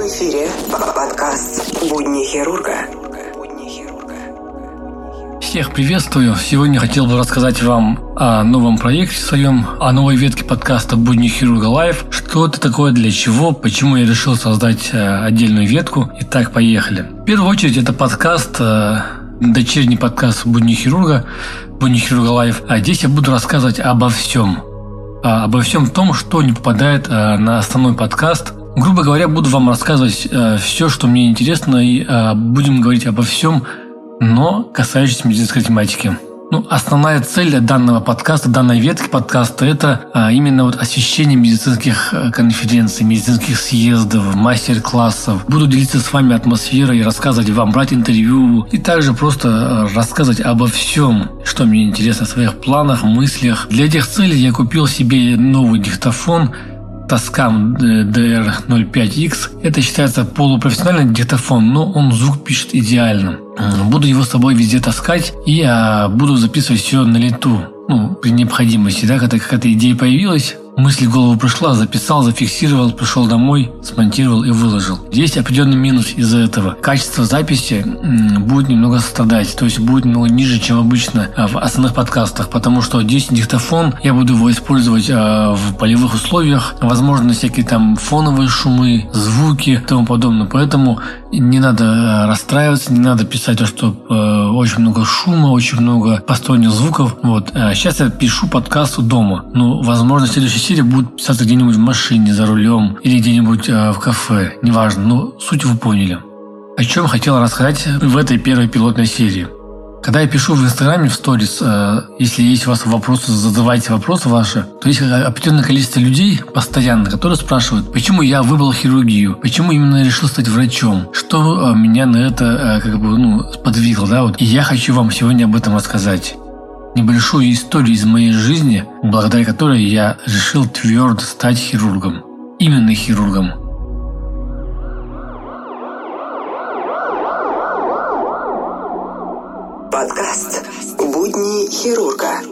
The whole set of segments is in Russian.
эфире подкаст «Будни хирурга». Всех приветствую. Сегодня хотел бы рассказать вам о новом проекте своем, о новой ветке подкаста «Будни хирурга Лайв». Что это такое, для чего, почему я решил создать отдельную ветку. Итак, поехали. В первую очередь, это подкаст, дочерний подкаст «Будни хирурга», «Будни хирурга Лайв». А здесь я буду рассказывать обо всем том, что не попадает на основной подкаст. Грубо говоря, буду вам рассказывать все, что мне интересно, и будем говорить обо всем, но касающейся медицинской тематики. Основная цель данного подкаста, данной ветки подкаста – это именно освещение медицинских конференций, медицинских съездов, мастер-классов. Буду делиться с вами атмосферой, рассказывать вам, брать интервью и также просто рассказывать обо всем, что мне интересно, о своих планах, мыслях. Для этих целей я купил себе новый диктофон Tascam DR05X. Это считается полупрофессиональный диктофон, но он звук пишет идеально. Буду его с собой везде таскать и буду записывать все на лету. При необходимости. Когда какая-то идея появилась, мысль в голову пришла, записал, зафиксировал, пришел домой, смонтировал и выложил. Есть определенный минус из-за этого. Качество записи будет немного страдать, то есть будет немного ниже, чем обычно в основных подкастах, потому что здесь диктофон, я буду его использовать в полевых условиях, возможно, всякие там фоновые шумы, звуки и тому подобное. Поэтому не надо расстраиваться, не надо писать то, что очень много шума, очень много посторонних звуков. Сейчас я пишу подкаст дома. Возможно, следующая серия будет писаться где-нибудь в машине, за рулем или где-нибудь в кафе. Неважно, но суть вы поняли. О чем хотел рассказать в этой первой пилотной серии. Когда я пишу в Инстаграме, в сторис, если есть у вас вопросы, задавайте вопросы ваши, то есть определенное количество людей постоянно, которые спрашивают, почему я выбрал хирургию, почему именно решил стать врачом, что меня на это сподвигло. И я хочу вам сегодня об этом рассказать. Небольшую историю из моей жизни, благодаря которой я решил твердо стать хирургом. Именно хирургом. Подкаст «Будни хирурга».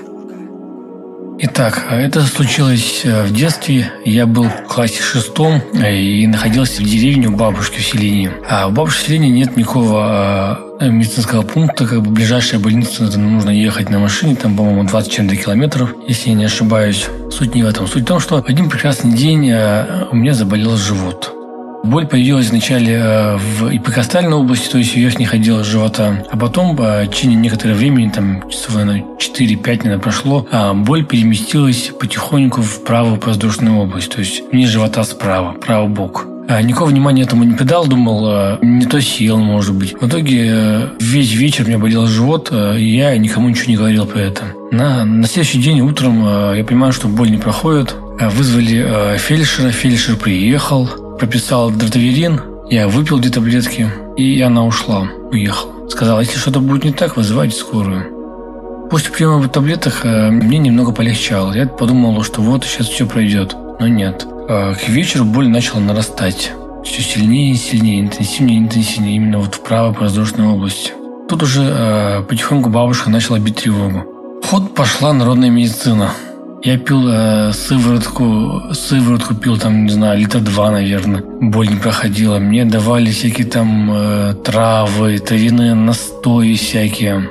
Итак, это случилось в детстве. Я был в классе 6 и находился в деревне у бабушки в селении. А у бабушки в селении нет никакого медицинского пункта, ближайшая больница, нужно ехать на машине, там, по-моему, 20 чем-то километров, если я не ошибаюсь. Суть не в этом. Суть в том, что в один прекрасный день у меня заболел живот. Боль появилась вначале в эпикостальной области, то есть в верхних отделах живота, а потом, в течение некоторого времени, часов, 4-5, наверное, прошло, боль переместилась потихоньку в правую воздушную область, то есть вниз живота справа, правый бок. Никакого внимания этому не придал, думал, не то сел, может быть. В итоге весь вечер у меня болел живот, и я никому ничего не говорил про это. На следующий день утром я понимаю, что боль не проходит. Вызвали фельдшера, фельдшер приехал, прописал дротаверин, я выпил 2 таблетки, и она ушла, уехала. Сказала, если что-то будет не так, вызывайте скорую. После приема таблеток мне немного полегчало. Я подумал, что сейчас все пройдет, но нет. К вечеру боль начала нарастать. Все сильнее и сильнее, интенсивнее и интенсивнее, именно в правой воздушной области. Тут уже потихоньку бабушка начала бить тревогу. В ход пошла народная медицина. Я пил сыворотку пил, литра 2, наверное. Боль не проходила. Мне давали всякие травы, травяные настои всякие.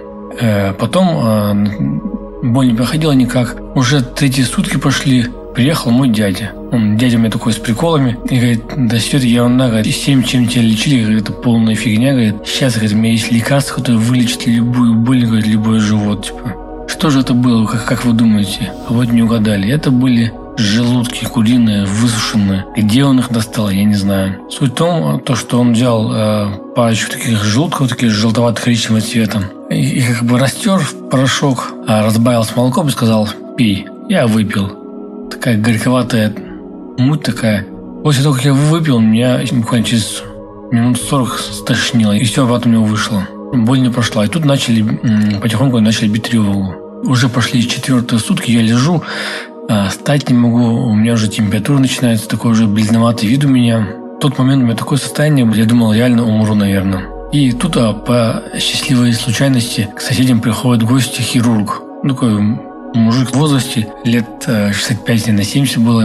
Потом боль не проходила никак. Уже 3 сутки пошли. Приехал мой дядя. Дядя у меня такой с приколами. И говорит, да все это ерунда, говорит, 7 чем тебя лечили, говорит, это полная фигня, говорит. Сейчас, говорит, у меня есть лекарство, которое вылечит любую боль, говорит, любой живот, Что же это было, как вы думаете? Не угадали. Это были желудки куриные, высушенные. Где он их достал, я не знаю. Суть в том, что он взял парочку таких желудков, таких желтовато-коричневого цвета, и растер в порошок, разбавил с молоком и сказал, пей. Я выпил. Такая горьковатая муть такая. После того, как я выпил, меня буквально через минут 40 стошнило, и все обратно у него вышло. Боль не прошла. И тут потихоньку начали бить тревогу. Уже пошли 4-е сутки, я лежу, встать не могу, у меня уже температура начинается, такой уже бледноватый вид у меня. В тот момент у меня такое состояние, я думал, реально умру, наверное. И тут по счастливой случайности к соседям приходит в гости хирург. Такой мужик в возрасте, лет 65 на 70 было ему.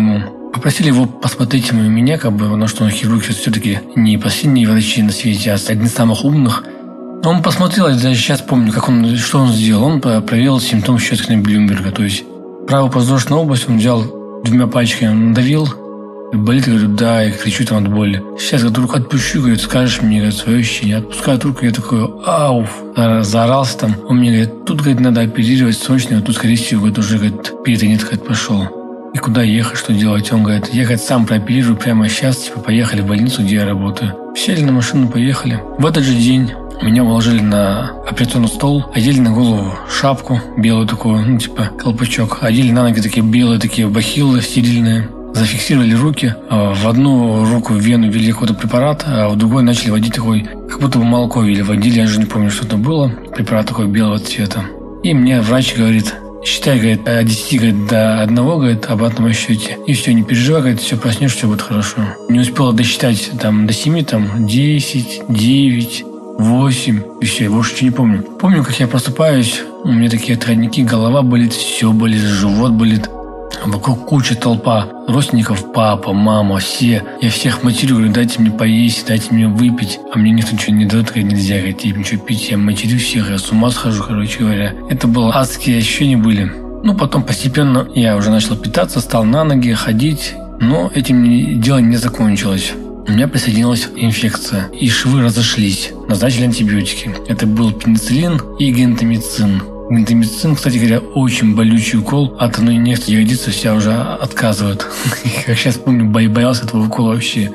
Попросили его посмотреть меня, на что он хирург все-таки не последние врачи на свете, а один из самых умных. Он посмотрел, я даже сейчас помню, что он сделал. Он проверил симптом Щеткина-Блюмберга. То есть правую подвздошную область он взял 2 пальчиками, надавил, болит, говорю, да, и кричу там от боли. Сейчас, говорит, руку отпущу, говорит, скажешь мне, говорит, свое ощущение. Отпускаю руку, я такой, ауф, заорался там. Он мне говорит, тут, говорит, надо оперировать срочно, тут, скорее всего, говорит, уже, говорит, перитонит, говорит, пошел. И куда ехать, что делать? Он говорит, я, говорит, сам прооперирую прямо сейчас, поехали в больницу, где я работаю. Сели на машину, поехали. В этот же день меня уложили на операционный стол, одели на голову шапку белую такую, колпачок, одели на ноги такие белые, такие бахилы стерильные, зафиксировали руки, в одну руку в вену ввели какой-то препарат, а в другой начали водить такой, как будто бы молоко водили, я же не помню, что это было, препарат такой белого цвета. И мне врач говорит, считай, говорит, от 10, говорит, до 1, говорит, об одном счете. И все, не переживай, говорит, все проснешься, все будет хорошо. Не успела досчитать до 7, 10, 9, 8, и все, я больше ничего не помню. Помню, как я просыпаюсь, у меня такие тройники, голова болит, все болит, живот болит. Вокруг куча толпа родственников, папа, мама, все. Я всех матерю, говорю, дайте мне поесть, дайте мне выпить. А мне никто ничего не дает, говорит, нельзя, говорит, ничего пить. Я матерю всех, я с ума схожу, короче говоря. Это было адские ощущения были. Потом постепенно я уже начал питаться, стал на ноги, ходить. Но этим дело не закончилось. У меня присоединилась инфекция, и швы разошлись. Назначили антибиотики. Это был пенициллин и гентамицин. Гентамицин, кстати говоря, очень болючий укол. От одной инъекции ягодица вся уже отказывает. Как сейчас помню, боялся этого укола вообще.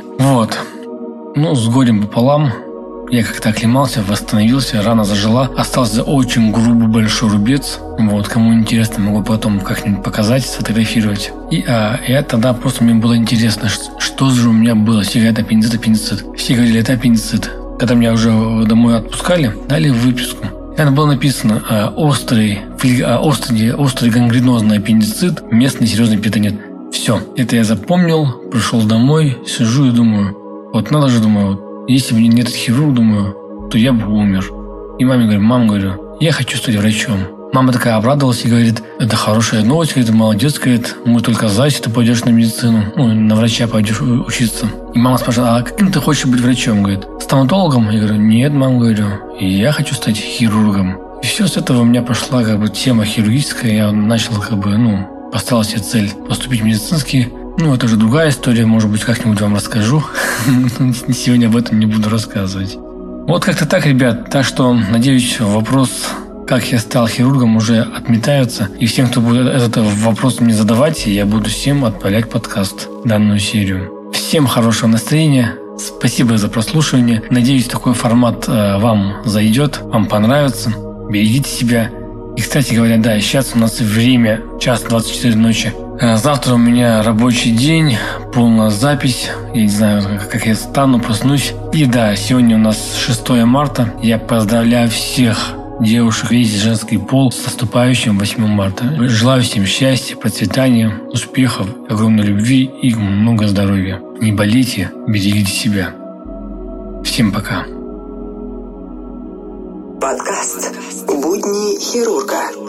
С горем пополам. Я как-то оклемался, восстановился, рана зажила. Остался очень грубый большой рубец. Кому интересно, могу потом как-нибудь показать, сфотографировать. И я тогда просто мне было интересно, что же у меня было. Все говорят, аппендицит. Все говорили, это аппендицит. Когда меня уже домой отпускали, дали выписку. Это было написано острый гангренозный аппендицит, местный серьезный перитонит. Все, это я запомнил, пришел домой, сижу и думаю, надо же, думаю, если бы не этот хирург, думаю, то я бы умер. И маме говорю, говорю, я хочу стать врачом. Мама такая обрадовалась и говорит, это хорошая новость, говорит, молодец, говорит, мы только за, если ты пойдешь на медицину, на врача пойдешь учиться. И мама спрашивает, а каким ты хочешь быть врачом, говорит, стоматологом? Я говорю, нет, мам, говорю, я хочу стать хирургом. И все с этого у меня пошла тема хирургическая, я начал поставил себе цель поступить в медицинский. Это уже другая история, может быть, как-нибудь вам расскажу. Сегодня об этом не буду рассказывать. Как-то так, ребят. Так что, надеюсь, вопрос, как я стал хирургом, уже отметаются. И всем, кто будет этот вопрос мне задавать, я буду всем отправлять подкаст, данную серию. Всем хорошего настроения. Спасибо за прослушивание. Надеюсь, такой формат вам зайдет, вам понравится. Берегите себя. И, кстати говоря, сейчас у нас время 1:24 ночи. Завтра у меня рабочий день, полная запись. Я не знаю, как я проснусь. И сегодня у нас 6 марта. Я поздравляю всех девушек, весь женский пол с наступающим 8 марта. Желаю всем счастья, процветания, успехов, огромной любви и много здоровья. Не болейте, берегите себя. Всем пока. Подкаст «Будни хирурга».